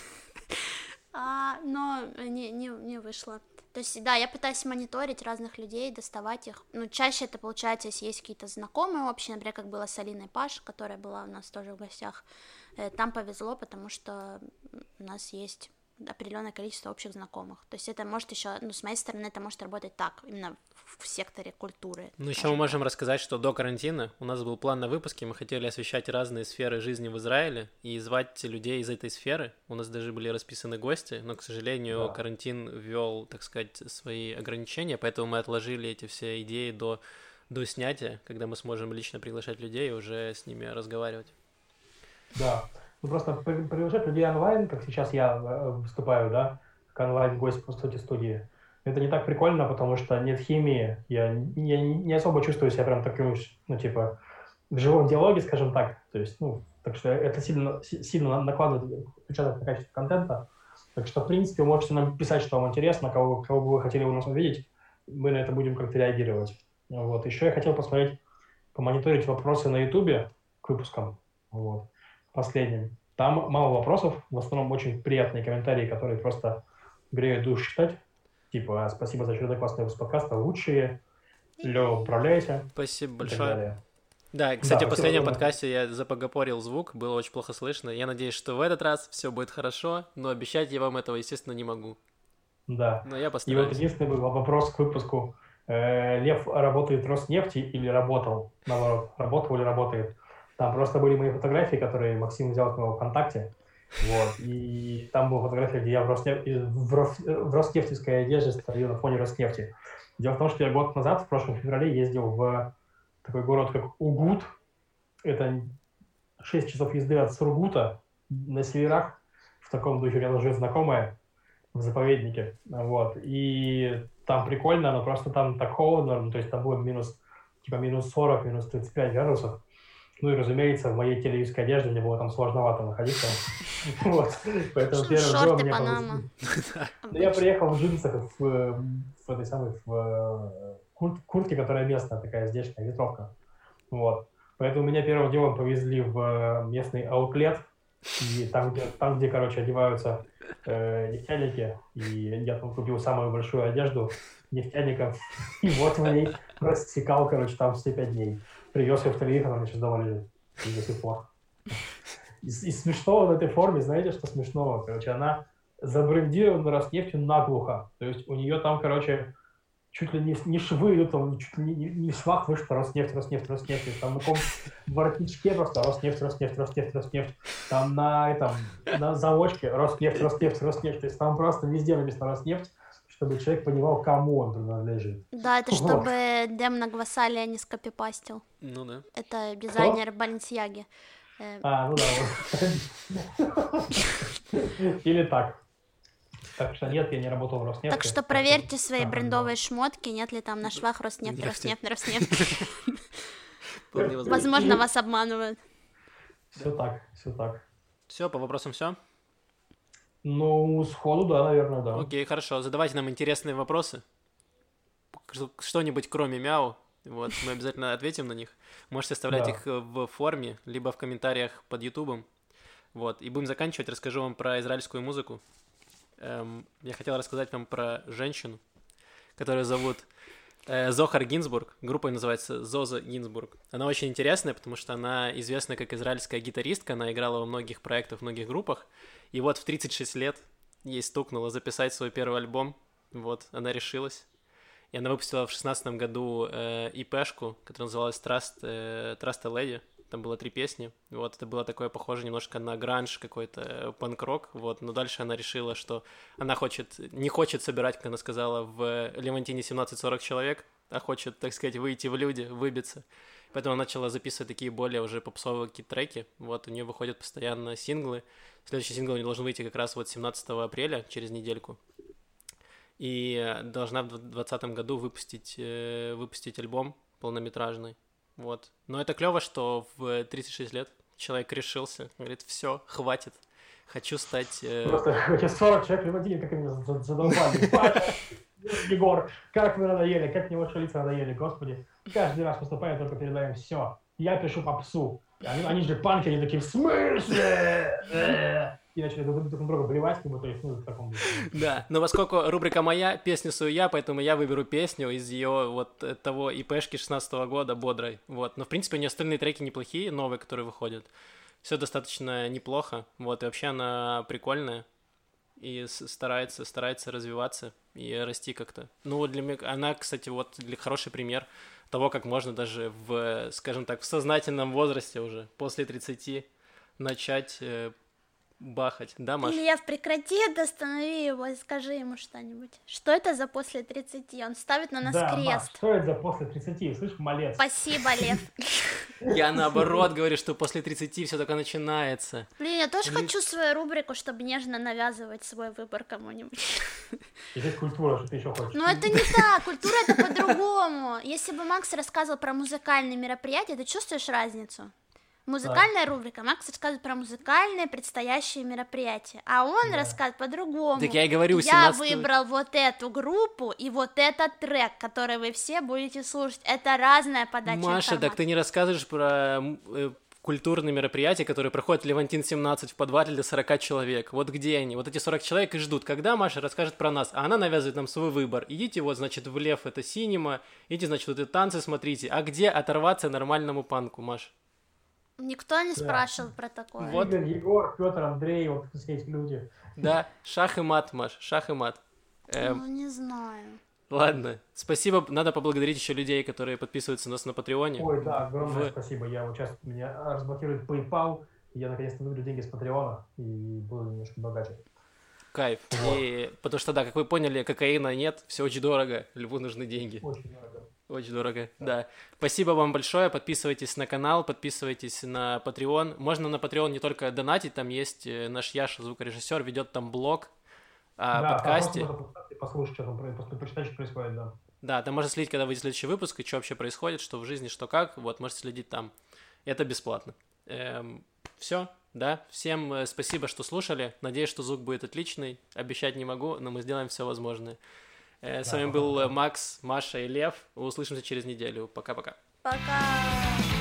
но не вышло. То есть, да, я пытаюсь мониторить разных людей, доставать их. Ну, чаще это получается, если есть какие-то знакомые общие, например, как было с Алиной Паш, которая была у нас тоже в гостях. Там повезло, потому что у нас есть определенное количество общих знакомых. То есть это может еще, ну, с моей стороны, это может работать так, именно в секторе культуры. Ну, еще мы можем рассказать, что до карантина у нас был план на выпуске, мы хотели освещать разные сферы жизни в Израиле и звать людей из этой сферы. У нас даже были расписаны гости, но, к сожалению, карантин ввел, так сказать, свои ограничения, поэтому мы отложили эти все идеи до снятия, когда мы сможем лично приглашать людей и уже с ними разговаривать. Да. Ну, просто приглашать людей онлайн, как сейчас я выступаю, да, как онлайн-гость, по сути, студии, это не так прикольно, потому что нет химии, я не особо чувствую себя прям таким, ну, типа, в живом диалоге, скажем так, то есть, ну, так что это сильно накладывает отпечаток на качество контента, так что, в принципе, вы можете нам писать, что вам интересно, кого бы вы хотели у нас увидеть, мы на это будем как-то реагировать. Вот, еще я хотел посмотреть, помониторить вопросы на Ютубе к выпускам, вот, последним. Там мало вопросов, в основном очень приятные комментарии, которые просто греют душу читать. Типа, спасибо за очередной классный выпуск подкаста, лучшие, Лёва, управляйте. Спасибо большое. Да, кстати, в последнем подкасте я запогопорил звук, было очень плохо слышно. Я надеюсь, что в этот раз все будет хорошо, но обещать я вам этого, естественно, не могу. Да. Но я постараюсь. И вот единственный был вопрос к выпуску. Лев работает в Роснефти или работал? Наоборот, работал или работает? Там просто были мои фотографии, которые Максим взял от моего ВКонтакте. Вот. И там была фотография, где я в роснефтевской одежде стою на фоне Роснефти. Дело в том, что я год назад, в прошлом феврале, ездил в такой город, как Угут. Это 6 часов езды от Сургута на северах. В таком духе у меня уже знакомая в заповеднике. Вот. И там прикольно, но просто там так холодно. Ну, то есть там было минус 40, минус 35 градусов. Ну и, разумеется, в моей телевизской одежде мне было там сложновато находиться. Вот. Поэтому первым делом меня Панама. Я приехал в джинсах, в этой самой куртке, которая местная, такая здешняя ветровка. Вот. Поэтому меня первым делом повезли в местный аутлет, и там, где, короче, одеваются нефтяники, и я там купил самую большую одежду нефтяников, и вот в ней рассекал, короче, там все 5 дней. Привез ее в Тель-Авив, она сейчас дома лежит до сих пор. И смешного в этой форме, знаете, что смешного? Короче, она забрендирована Роснефтью наглухо. То есть у нее там, короче, чуть ли не швы идут, там, чуть ли не швах выше Роснефть. Там на каком воротничке просто Роснефть. Там на заочке Роснефть. То есть там просто везде написано Роснефть, чтобы человек понимал, кому он принадлежит. Да, это чтобы Демна Гвасалия не скопипастил. Ну да. Это дизайнер Баленсиаги. Ну да. Или так. Так что нет, я не работал в Роснефти. Так что проверьте свои брендовые шмотки, нет ли там на швах Роснефть. Возможно, вас обманывают. Все так. Все, по вопросам все? Ну, сходу, да, наверное, да. Окей, хорошо. Задавайте нам интересные вопросы. Что-нибудь кроме мяу. Вот, мы обязательно ответим на них. Можете оставлять их в форме, либо в комментариях под Ютубом. Вот, и будем заканчивать. Расскажу вам про израильскую музыку. Я хотел рассказать вам про женщину, которую зовут Зохар Гинзбург. Группа называется Зоза Гинзбург. Она очень интересная, потому что она известна как израильская гитаристка. Она играла во многих проектах, в многих группах. И вот в 36 лет ей стукнуло записать свой первый альбом. Вот, она решилась. И она выпустила в 2016 году ИПшку, которая называлась Trust a Lady. там было 3 песни, вот, это было такое похоже немножко на гранж, какой-то панк-рок, вот, но дальше она решила, что она не хочет собирать, как она сказала, в Левантине 17-40 человек, а хочет, так сказать, выйти в люди, выбиться. Поэтому она начала записывать такие более уже попсовые какие-то треки. Вот, у нее выходят постоянно синглы. Следующий сингл у нее должен выйти как раз вот 17 апреля, через недельку. И должна в 2020 году выпустить альбом полнометражный. Вот. Но это клево, что в 36 лет человек решился. Говорит, все, хватит. Хочу стать... Просто эти 40 человек Левантине, как они меня задолбали. Егор, как вы надоели, как мне ваши лица надоели, господи. Каждый раз поступаю только передаем все. Я пишу попсу. Они же панки, они такие, в смысле? И начали друг на друга блевать, как бы, то есть, ну, в таком духе. Да, но поскольку рубрика моя, песню свою я, поэтому я выберу песню из ее вот того ИПшки 16-го года, бодрой. Вот, но в принципе у нее остальные треки неплохие, новые, которые выходят. Все достаточно неплохо, вот, и вообще она прикольная. И старается развиваться и расти как-то. Ну, для меня, она, кстати, вот хороший пример того, как можно даже в, скажем так, в сознательном возрасте уже, после 30, начать бахать. Да, Маш? Илья, прекрати это, останови его и скажи ему что-нибудь. Что это за после 30? Он ставит на нас крест. Маш, что это за после 30? Слышь, малец. Спасибо, Лев. Я наоборот говорю, что после 30 все только начинается. Блин, я тоже хочу свою рубрику, чтобы нежно навязывать свой выбор кому-нибудь. И здесь культура, что ты еще хочешь. Но это не так, культура это по-другому. Если бы Макс рассказывал про музыкальные мероприятия, ты чувствуешь разницу? Музыкальная рубрика. Макс рассказывает про музыкальные предстоящие мероприятия, а он рассказывает по-другому. Так я и говорю, я выбрал вот эту группу и вот этот трек, который вы все будете слушать. Это разная подача Маша, информации. так ты не рассказываешь про культурные мероприятия, которые проходят в Левантин-17 в подвале для 40 человек. Вот где они? Вот эти 40 человек и ждут, когда Маша расскажет про нас, а она навязывает нам свой выбор. Идите вот, значит, в Лев, это синема, идите, значит, вот эти танцы смотрите. А где оторваться нормальному панку, Маш? Никто не спрашивал про такое. Вот Егор, Петр, Андрей, вот все эти люди. Да, шах и мат, Маш, шах и мат. Ну, не знаю. Ладно, спасибо, надо поблагодарить еще людей, которые подписываются на нас на Патреоне. Ой, да, огромное спасибо. Я вот сейчас меня разблокирует PayPal, и я наконец-то выберу деньги с Патреона и буду немножко богаче. Кайф. Вот. И потому что, да, как вы поняли, кокаина нет, все очень дорого, льву нужны деньги. Очень дорого. Очень дорого, да. Спасибо вам большое, подписывайтесь на канал, подписывайтесь на Patreon. Можно на Patreon не только донатить, там есть наш Яша, звукорежиссер, ведет там блог о подкасте. Да, послушать, что там, почитать, что происходит, да. Да, там можно следить, когда выйдет следующий выпуск, и что вообще происходит, что в жизни, что как, вот, можете следить там. Это бесплатно. Все, да, всем спасибо, что слушали, надеюсь, что звук будет отличный, обещать не могу, но мы сделаем все возможное. С вами был Макс, Маша и Лев. Услышимся через неделю. Пока-пока. Пока.